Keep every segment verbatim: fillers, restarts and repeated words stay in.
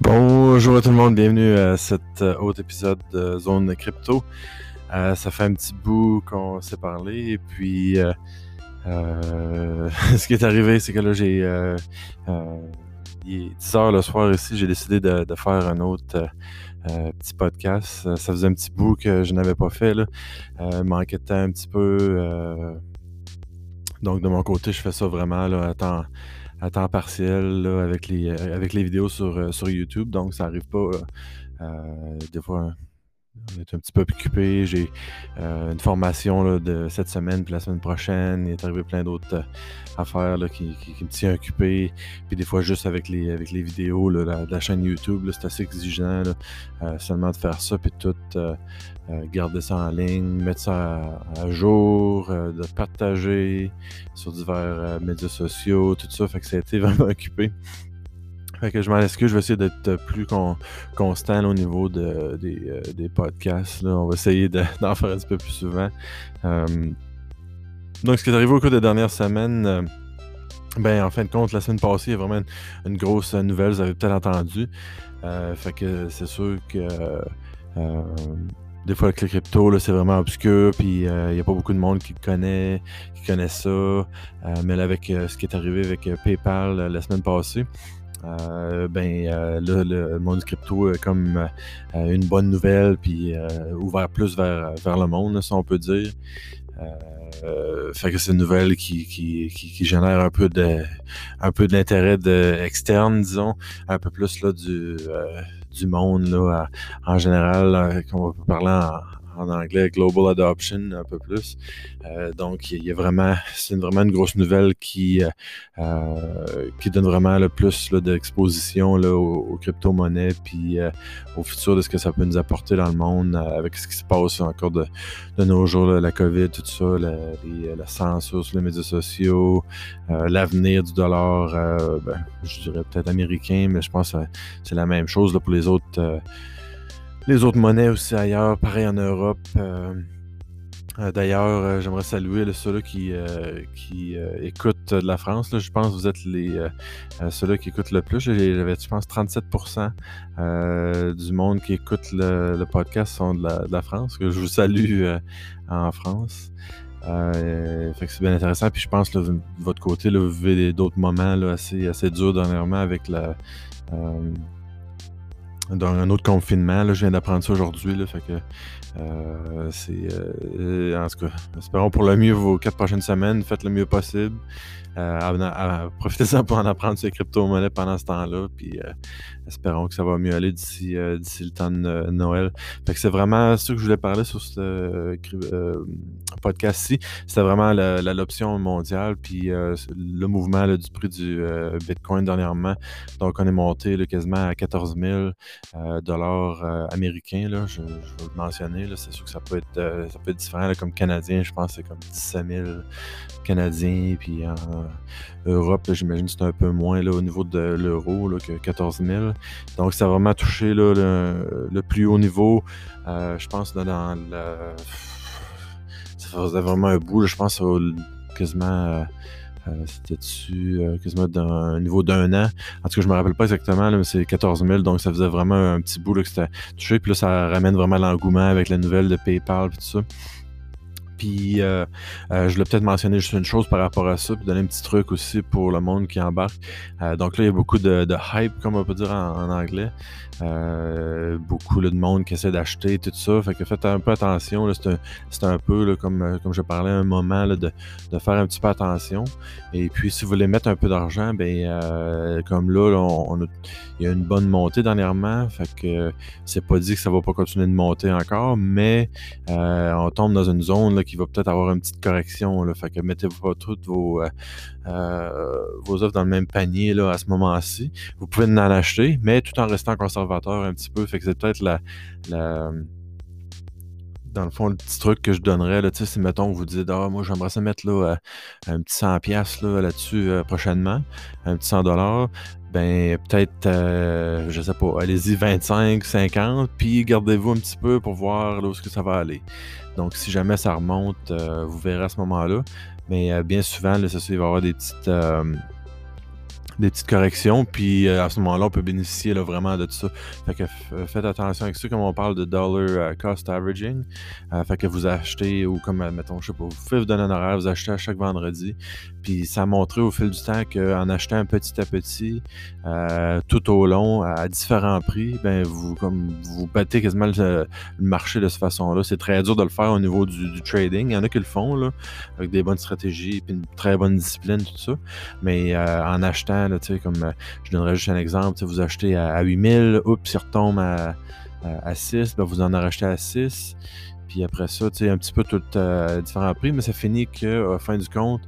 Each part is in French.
Bonjour à tout le monde, bienvenue à cet euh, autre épisode de Zone Crypto. Euh, ça fait un petit bout qu'on s'est parlé et puis euh, euh, ce qui est arrivé, c'est que là j'ai euh, euh, il est dix heures le soir ici, j'ai décidé de, de faire un autre euh, euh, petit podcast. Ça faisait un petit bout que je n'avais pas fait, là. Euh, manquait de temps un petit peu. Euh, donc de mon côté, je fais ça vraiment là, à temps à temps partiel là, avec les euh, avec les vidéos sur, euh, sur YouTube, donc ça arrive pas. Là. Euh, des fois, on est un petit peu occupé. J'ai euh, une formation là, de cette semaine puis la semaine prochaine. Il est arrivé plein d'autres euh, affaires là, qui, qui, qui me tiennent occupé. Puis des fois, juste avec les, avec les vidéos là, la, de la chaîne YouTube, là, c'est assez exigeant là, euh, seulement de faire ça puis tout. Euh, euh, garder ça en ligne, mettre ça à, à jour, euh, de partager sur divers euh, médias sociaux, tout ça. Fait que ça a été vraiment occupé. Fait que je m'en excuse, je vais essayer d'être plus con, constant là, au niveau de, des, euh, des podcasts. Là. On va essayer de, d'en faire un petit peu plus souvent. Euh, donc, ce qui est arrivé au cours des dernières semaines, euh, ben, en fin de compte, la semaine passée, il y a vraiment une, une grosse nouvelle, vous avez peut-être entendu. Euh, fait que c'est sûr que euh, des fois, avec le crypto, là, c'est vraiment obscur, puis il euh, n'y a pas beaucoup de monde qui connaît, qui connaît ça. Euh, mais là, avec euh, ce qui est arrivé avec euh, PayPal euh, la semaine passée, Euh, ben euh, là, le monde du crypto est comme euh, une bonne nouvelle, puis euh, ouvert plus vers, vers le monde, là, si on peut dire. Euh, fait que c'est une nouvelle qui, qui, qui, qui génère un peu de un peu de l'intérêt de, externe, disons, un peu plus là du, euh, du monde là, à, en général, là, qu'on va parler en, en anglais, global adoption un peu plus. Euh, donc, il y a vraiment, c'est une, vraiment une grosse nouvelle qui, euh, qui donne vraiment le plus là, d'exposition là, aux, aux crypto-monnaies, puis euh, au futur de ce que ça peut nous apporter dans le monde, euh, avec ce qui se passe encore de, de nos jours, là, la COVID, tout ça, la, les, la censure sur les médias sociaux, euh, l'avenir du dollar, euh, ben, je dirais peut-être américain, mais je pense que c'est la même chose là, pour les autres. Euh, Les autres monnaies aussi ailleurs, pareil en Europe. Euh, euh, d'ailleurs, euh, j'aimerais saluer là, ceux-là qui, euh, qui euh, écoutent de la France. Là. Je pense que vous êtes les euh, euh, ceux-là qui écoutent le plus. J'avais, je pense, trente-sept pour cent euh, du monde qui écoute le, le podcast sont de la, de la France. Que je vous salue euh, en France. Euh, fait que c'est bien intéressant. Puis je pense que de votre côté, là, vous vivez d'autres moments là, assez, assez durs dernièrement avec la... Euh, dans un autre confinement, là, je viens d'apprendre ça aujourd'hui, là, fait que euh, c'est euh, en tout cas, espérons pour le mieux vos quatre prochaines semaines, faites le mieux possible. Euh, à, à, profitez-en pour en apprendre sur les crypto-monnaies pendant ce temps-là, puis euh, espérons que ça va mieux aller d'ici, euh, d'ici le temps de no- Noël. Fait que c'est vraiment ça que je voulais parler sur ce euh, euh, podcast-ci. C'était vraiment la, la, l'option mondiale, puis euh, le mouvement là, du prix du euh, Bitcoin dernièrement. Donc, on est monté là, quasiment à quatorze mille euh, dollars euh, américains. Là, je, je vais le mentionner. Là, c'est sûr que ça peut être, euh, ça peut être différent. Là, comme Canadien, je pense que c'est comme dix-sept mille Canadiens. Puis en Europe, là, j'imagine que c'est un peu moins là, au niveau de l'euro là, que quatorze mille. Donc, ça a vraiment touché là, le, le plus haut niveau. Euh, je pense là, dans le... Ça faisait vraiment un bout. Là, je pense au, quasiment... Euh, Euh, c'était-tu euh, quasiment d'un niveau d'un an. En tout cas, je me rappelle pas exactement, là, mais c'est quatorze mille, donc ça faisait vraiment un petit bout là, que c'était touché. Puis là, ça ramène vraiment l'engouement avec la nouvelle de PayPal et tout ça. Puis, euh, euh, je voulais peut-être mentionner juste une chose par rapport à ça, puis donner un petit truc aussi pour le monde qui embarque. Euh, donc là, il y a beaucoup de, de hype, comme on peut dire en, en anglais. Euh, beaucoup là, de monde qui essaie d'acheter, tout ça. Fait que faites un peu attention. Là, c'est, un, c'est un peu, là, comme, comme je parlais, un moment là, de, de faire un petit peu attention. Et puis, si vous voulez mettre un peu d'argent, ben euh, comme là, là on, on a, il y a une bonne montée dernièrement. Fait que c'est pas dit que ça va pas continuer de monter encore, mais euh, on tombe dans une zone là, qui va peut-être avoir une petite correction. Là, fait que mettez-vous pas toutes vos, euh, euh, vos offres dans le même panier là, à ce moment-ci. Vous pouvez en acheter, mais tout en restant conservateur un petit peu. Fait que c'est peut-être la... la dans le fond, le petit truc que je donnerais, là, si mettons vous dites, ah, moi j'aimerais ça mettre là, un petit cent piastres là, là-dessus euh, prochainement, un petit cent dollars, ben peut-être, euh, je sais pas, allez-y vingt-cinq, cinquante, puis gardez-vous un petit peu pour voir là, où est-ce que ça va aller. Donc si jamais ça remonte, euh, vous verrez à ce moment-là. Mais euh, bien souvent, là, ça, il va y avoir des petites... Euh, des petites corrections, puis euh, à ce moment-là, on peut bénéficier là, vraiment de tout ça. Fait que f- faites attention avec ça, comme on parle de dollar euh, cost averaging. Euh, fait que vous achetez, ou comme, euh, mettons, je sais pas, vous faites vous donner un horaire, vous achetez à chaque vendredi, puis ça a montré au fil du temps qu'en achetant petit à petit, euh, tout au long, à différents prix, ben vous comme vous battez quasiment le, le marché de cette façon-là. C'est très dur de le faire au niveau du, du trading. Il y en a qui le font, là, avec des bonnes stratégies, puis une très bonne discipline, tout ça. Mais euh, en achetant, là, comme euh, je donnerais juste un exemple, vous achetez à, à huit mille, oups, il retombe à, à, à six, ben vous en rachetez à six. Puis après ça, tu sais, un petit peu tout euh, différents prix, mais ça finit qu'à fin du compte,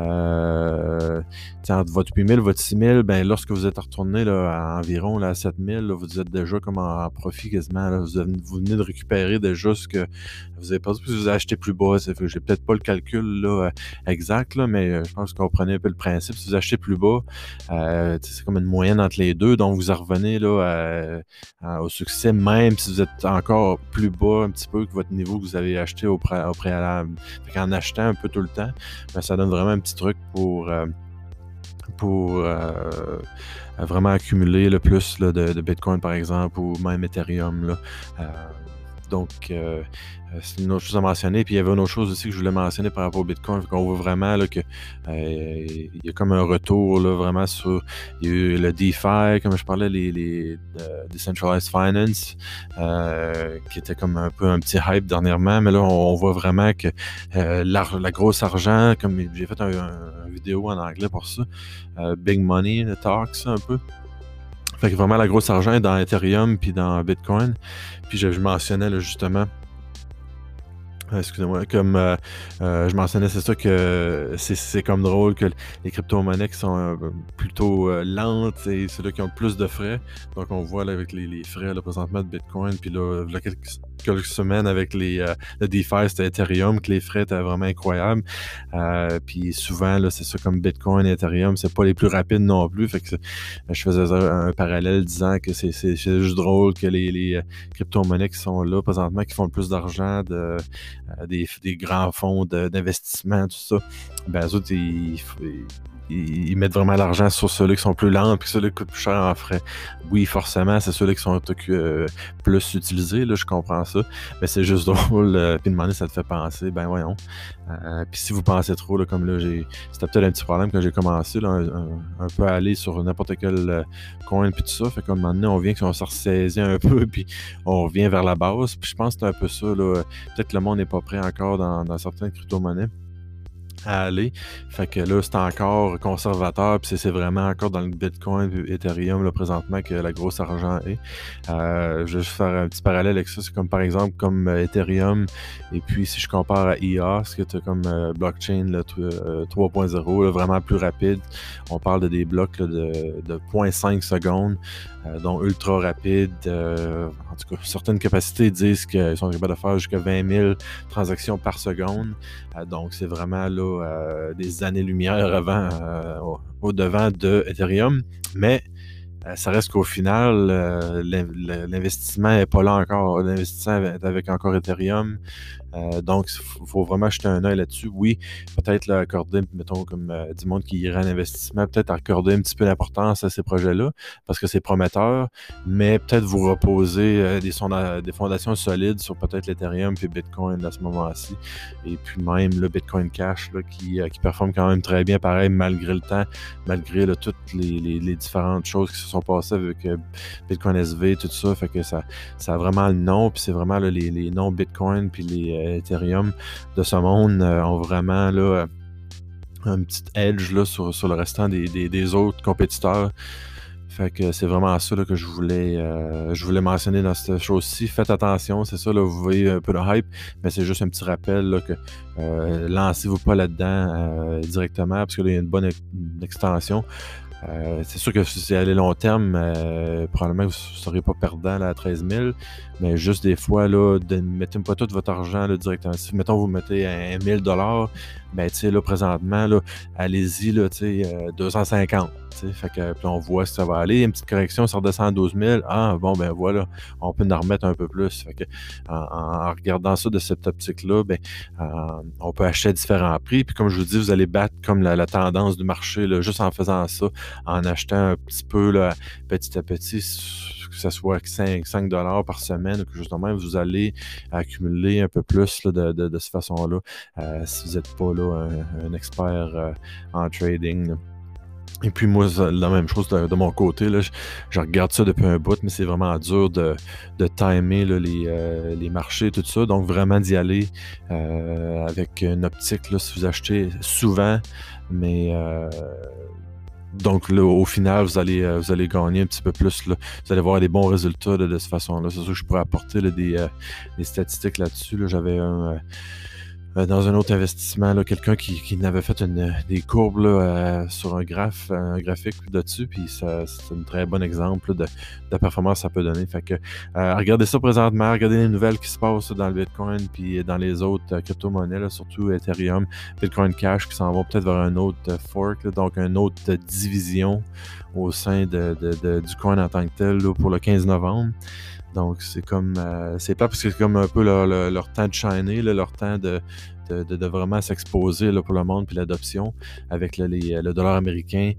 euh, entre votre huit mille, votre six mille, ben lorsque vous êtes retourné là, à environ là, à sept mille, là, vous êtes déjà comme en, en profit quasiment. Là, vous, avez, vous venez de récupérer déjà ce que vous avez perdu, puis vous avez acheté plus bas. Ça fait que j'ai peut-être pas le calcul là, exact, là, mais je pense que vous comprenez un peu le principe. Si vous achetez plus bas, euh, c'est comme une moyenne entre les deux, donc vous en revenez là, à, à, au succès, même si vous êtes encore plus bas un petit peu que votre niveau que vous avez acheté au, pré- au préalable. Fait qu'en achetant un peu tout le temps, ben, ça donne vraiment un petit truc pour, euh, pour euh, vraiment accumuler le plus là, de, de Bitcoin, par exemple, ou même Ethereum. Là. Euh, donc, euh, c'est une autre chose à mentionner. Puis, il y avait une autre chose aussi que je voulais mentionner par rapport au Bitcoin. Qu'on voit vraiment là, que euh, il y a comme un retour là, vraiment sur... Il y a eu le DeFi, comme je parlais, les, les uh, Decentralized Finance, euh, qui était comme un peu un petit hype dernièrement. Mais là, on, on voit vraiment que euh, la grosse argent, comme j'ai fait un, un, un vidéo en anglais pour ça, euh, Big Money Talks un peu. Fait que vraiment, la grosse argent est dans Ethereum puis dans Bitcoin. Puis je, je mentionnais là, justement, euh, excusez-moi, comme euh, euh, je mentionnais, c'est ça que c'est, c'est comme drôle que les crypto-monnaies qui sont euh, plutôt euh, lentes et ceux-là qui ont le plus de frais. Donc on voit là, avec les, les frais là, présentement de Bitcoin, puis là, là quelques, quelques semaines avec les euh, le DeFi, c'était Ethereum, que les frais étaient vraiment incroyables. Euh, puis souvent, là, c'est ça comme Bitcoin et Ethereum, c'est pas les plus rapides non plus. Fait que je faisais un, un parallèle disant que c'est, c'est, c'est juste drôle que les, les crypto-monnaies qui sont là présentement, qui font le plus d'argent de Euh, des, des grands fonds de, d'investissement, tout ça, ben eux autres, ils, ils, ils mettent vraiment l'argent sur ceux-là qui sont plus lents, puis ceux-là qui coûtent plus cher en frais. Oui, forcément, c'est ceux-là qui sont euh, plus utilisés, là, je comprends ça, mais c'est juste drôle, euh, puis demander, ça te fait penser, ben voyons. Euh, puis si vous pensez trop, là, comme là, j'ai, c'était peut-être un petit problème quand j'ai commencé, là, un, un, un peu à aller sur n'importe quel euh, coin, puis tout ça, fait qu'à un moment donné, on vient qu'on se ressaisit un peu, puis on revient vers la base, puis je pense que c'est un peu ça, là, peut-être que le monde n'est pas prêt encore dans, dans certaines crypto-monnaies à aller. Fait que là, c'est encore conservateur, puis c'est, c'est vraiment encore dans le Bitcoin et Ethereum, là, présentement, que la grosse argent est. Euh, je vais juste faire un petit parallèle avec ça. C'est comme, par exemple, comme euh, Ethereum, et puis si je compare à E O S, que tu as comme euh, blockchain là, euh, trois point zéro, là, vraiment plus rapide. On parle de des blocs là, de, de zéro virgule cinq secondes, euh, donc ultra rapide. Euh, en tout cas, certaines capacités disent qu'ils sont capables de faire jusqu'à vingt mille transactions par seconde. Euh, donc, c'est vraiment là euh, des années-lumière avant, euh, au, au devant de Ethereum. Mais euh, ça reste qu'au final, euh, l'investissement n'est pas là encore. L'investissement est avec encore Ethereum. Euh, donc, il faut vraiment jeter un œil là-dessus. Oui, peut-être là, accorder, mettons, comme euh, du monde qui irait en investissement, peut-être accorder un petit peu d'importance à ces projets-là, parce que c'est prometteur, mais peut-être vous reposer euh, des, sonda- des fondations solides sur peut-être l'Ethereum puis Bitcoin à ce moment-ci. Et puis même le Bitcoin Cash là, qui, euh, qui performe quand même très bien, pareil, malgré le temps, malgré là, toutes les, les, les différentes choses qui se sont passées avec euh, Bitcoin S V, tout ça. Fait que ça, ça a vraiment le nom, puis c'est vraiment là, les, les noms Bitcoin puis les Ethereum de ce monde euh, ont vraiment là, un petit edge là, sur, sur le restant des, des, des autres compétiteurs. Fait que c'est vraiment ça là, que je voulais, euh, je voulais mentionner dans cette chose-ci. Faites attention, c'est ça, là, vous voyez un peu de hype, mais c'est juste un petit rappel là, que euh, lancez-vous pas là-dedans euh, directement, parce que là, il y a une bonne une extension. Euh, c'est sûr que si c'est à long terme, euh, probablement que vous ne serez pas perdant là, à treize mille, mais juste des fois, là, ne mettez pas tout votre argent là, directement. Si, mettons, vous mettez un mille dollars, ben, tu sais, là, présentement, là, allez-y, là, tu sais, euh, deux cent cinquante. Fait que, puis on voit si ça va aller. Une petite correction, ça redescend à douze mille. Ah, bon, ben voilà, on peut en remettre un peu plus. Fait que, en, en regardant ça de cette optique-là, ben, euh, on peut acheter à différents prix. Puis comme je vous dis, vous allez battre comme la, la tendance du marché, là, juste en faisant ça, en achetant un petit peu, là, petit à petit, que ce soit cinq dollars par semaine ou quelque chose de même, vous allez accumuler un peu plus là, de, de, de cette façon-là, euh, si vous n'êtes pas là, un, un expert euh, en trading. Là. Et puis moi, la même chose de, de mon côté, là, je, je regarde ça depuis un bout, mais c'est vraiment dur de, de timer là, les, euh, les marchés, tout ça. Donc vraiment d'y aller euh, avec une optique, là, si vous achetez souvent, mais euh, donc là, au final, vous allez, euh, vous allez gagner un petit peu plus. Là. Vous allez avoir des bons résultats là, de cette façon-là. C'est sûr que je pourrais apporter là, des, euh, des statistiques là-dessus. Là. J'avais un... Euh, dans un autre investissement, là, quelqu'un qui, qui avait fait une, des courbes là, euh, sur un graphe, un graphique dessus, puis ça, c'est un très bon exemple là, de, de performance que ça peut donner. Fait que euh, regardez ça présentement, regardez les nouvelles qui se passent là, dans le Bitcoin, puis dans les autres euh, crypto-monnaies, là, surtout Ethereum, Bitcoin Cash, qui s'en vont peut-être vers un autre euh, fork, là, donc une autre euh, division au sein de, de, de, du coin en tant que tel là, pour le quinze novembre. Donc, c'est comme, euh, c'est pas parce que c'est comme un peu leur, leur, leur temps de shiner, là, leur temps de, de, de, de vraiment s'exposer là, pour le monde puis l'adoption avec là, les, le dollar américain.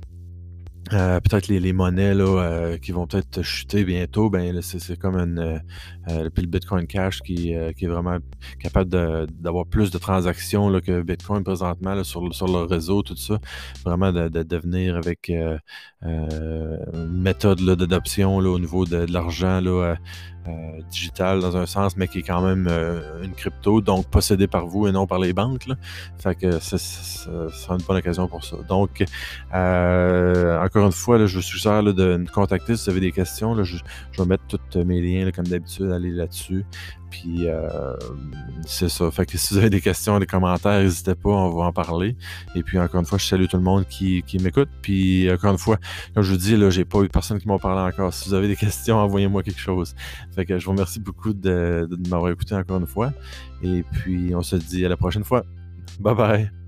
Euh, peut-être les, les monnaies là, euh, qui vont peut-être chuter bientôt, ben là, c'est, c'est comme une euh, euh, puis le Bitcoin Cash qui, euh, qui est vraiment capable de, d'avoir plus de transactions là, que Bitcoin présentement là, sur, sur le réseau, tout ça. Vraiment de, de devenir avec euh, euh, une méthode là, d'adoption là, au niveau de, de l'argent là, euh, euh, digital dans un sens, mais qui est quand même euh, une crypto, donc possédée par vous et non par les banques. Là. Fait que ça, ça, ça sera une bonne occasion pour ça. Donc, euh, encore une fois, là, je vous suggère là, de me contacter si vous avez des questions. Là, je, je vais mettre tous mes liens, là, comme d'habitude, aller là-dessus. Puis, euh, c'est ça. Fait que si vous avez des questions, des commentaires, n'hésitez pas, on va en parler. Et puis, encore une fois, je salue tout le monde qui, qui m'écoute. Puis, encore une fois, comme je vous dis, là, j'ai pas eu personne qui m'a parlé encore. Si vous avez des questions, envoyez-moi quelque chose. Fait que je vous remercie beaucoup de, de m'avoir écouté encore une fois. Et puis, on se dit à la prochaine fois. Bye bye!